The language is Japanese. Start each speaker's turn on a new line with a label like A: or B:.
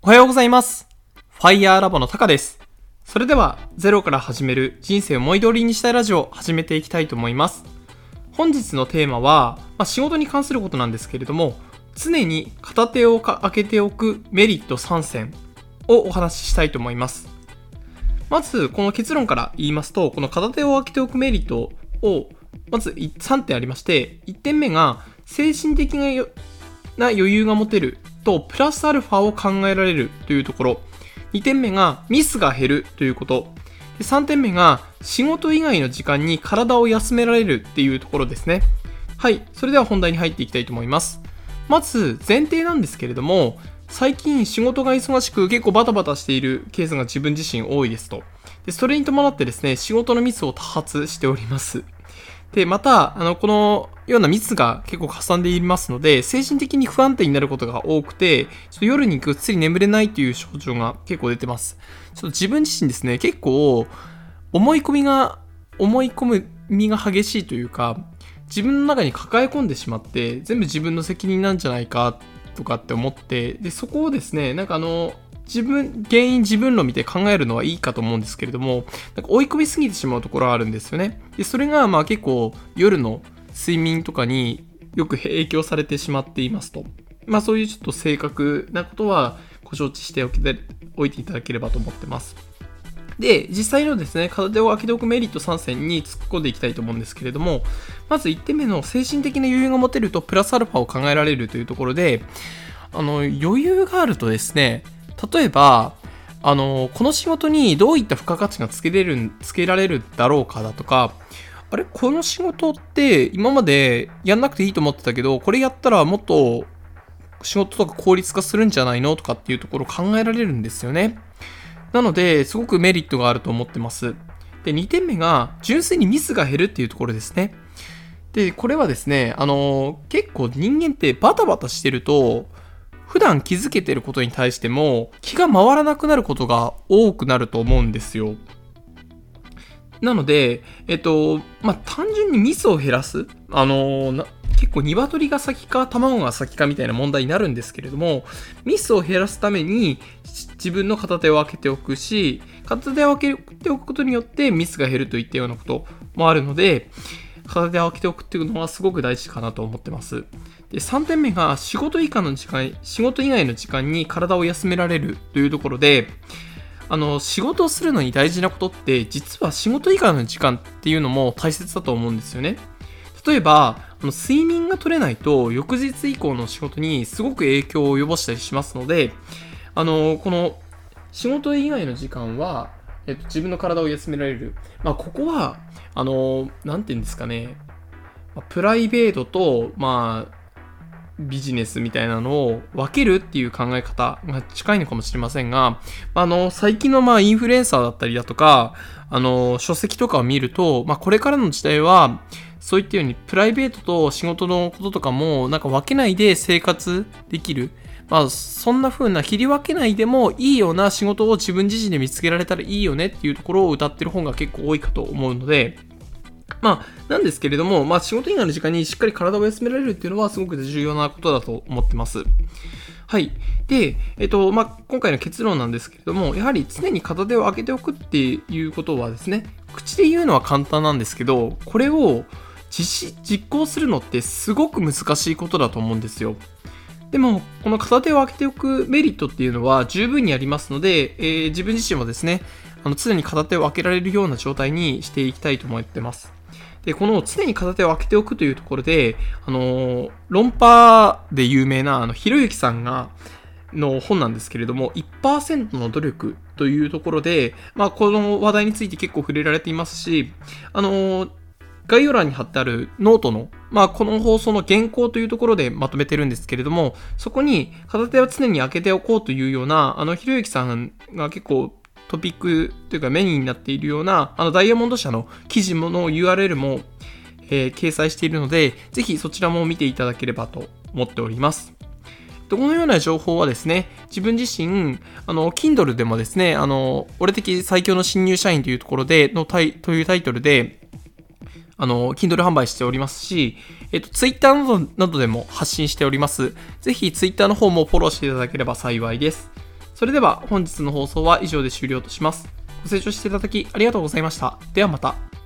A: おはようございます。ファイヤーラボのタカです。それではゼロから始める人生を思い通りにしたいラジオを始めていきたいと思います。本日のテーマは、仕事に関することなんですけれども、常に片手を開けておくメリット3選をお話ししたいと思います。まずこの結論から言いますと、この片手を開けておくメリットをまず3点ありまして、1点目が精神的な余裕が持てるとプラスアルファを考えられるというところ、2点目がミスが減るということ、3点目が仕事以外の時間に体を休められるっていうところですね。はい、それでは本題に入っていきたいと思います。まず前提なんですけれども、最近仕事が忙しく結構バタバタしているケースが自分自身多いですと。でそれに伴ってですね、仕事のミスを多発しております。で、また、このようなミスが結構かさんでいますので、精神的に不安定になることが多くて、ちょっと夜にぐっすり眠れないという症状が結構出てます。ちょっと自分自身ですね、結構思い込みが激しいというか、自分の中に抱え込んでしまって、全部自分の責任なんじゃないかとかって思って、で、そこをですね、原因自分論見て考えるのはいいかと思うんですけれども、追い込みすぎてしまうところがあるんですよね。で、それが結構夜の睡眠とかによく影響されてしまっていますと。そういうちょっと正確なことはご承知しておいていただければと思ってます。で、実際のですね、片手を開けておくメリット3選に突っ込んでいきたいと思うんですけれども、まず1点目の精神的な余裕が持てるとプラスアルファを考えられるというところで、余裕があるとですね、例えば、この仕事にどういった付加価値がつけられるだろうかだとか、この仕事って今までやんなくていいと思ってたけど、これやったらもっと仕事とか効率化するんじゃないのとかっていうところを考えられるんですよね。なので、すごくメリットがあると思ってます。で、2点目が、純粋にミスが減るっていうところですね。で、これはですね、結構人間ってバタバタしてると、普段気づけてることに対しても気が回らなくなることが多くなると思うんですよ。なので、単純にミスを減らす。結構鶏が先か卵が先かみたいな問題になるんですけれども、ミスを減らすために自分の片手を開けておくし、片手を開けておくことによってミスが減るといったようなこともあるので、片手を開けておくっていうのはすごく大事かなと思ってます。で、3点目が仕事以外の時間に体を休められるというところで、仕事をするのに大事なことって実は仕事以外の時間っていうのも大切だと思うんですよね。例えば睡眠が取れないと翌日以降の仕事にすごく影響を及ぼしたりしますので、この仕事以外の時間は、自分の体を休められる。ここはなんていうんですかね、プライベートとビジネスみたいなのを分けるっていう考え方が近いのかもしれませんが、最近のインフルエンサーだったりだとか、書籍とかを見ると、これからの時代はそういったようにプライベートと仕事のこととかも分けないで生活できる。そんな風な切り分けないでもいいような仕事を自分自身で見つけられたらいいよねっていうところを謳ってる本が結構多いかと思うので、なんですけれども、仕事以外の時間にしっかり体を休められるっていうのはすごく重要なことだと思ってます。はい。で、今回の結論なんですけれども、やはり常に片手を開けておくっていうことはですね、口で言うのは簡単なんですけど、これを実行するのってすごく難しいことだと思うんですよ。でも、この片手を開けておくメリットっていうのは十分にありますので、自分自身もですね、常に片手を開けられるような状態にしていきたいと思ってます。で、この常に片手を開けておくというところで、論破で有名なひろゆきさんの本なんですけれども、1% の努力というところで、この話題について結構触れられていますし、概要欄に貼ってあるノートの、この放送の原稿というところでまとめてるんですけれども、そこに片手は常に開けておこうというような、ひろゆきさんが結構トピックというかメインになっているような、ダイヤモンド社の記事の URL も、掲載しているので、ぜひそちらも見ていただければと思っております。このような情報はですね、自分自身、Kindle でもですね、俺的最強の新入社員というところで、というタイトルで、Kindle 販売しておりますし、Twitter などでも発信しております。ぜひ Twitter の方もフォローしていただければ幸いです。 それでは本日の放送は以上で終了とします。ご清聴していただきありがとうございました。ではまた。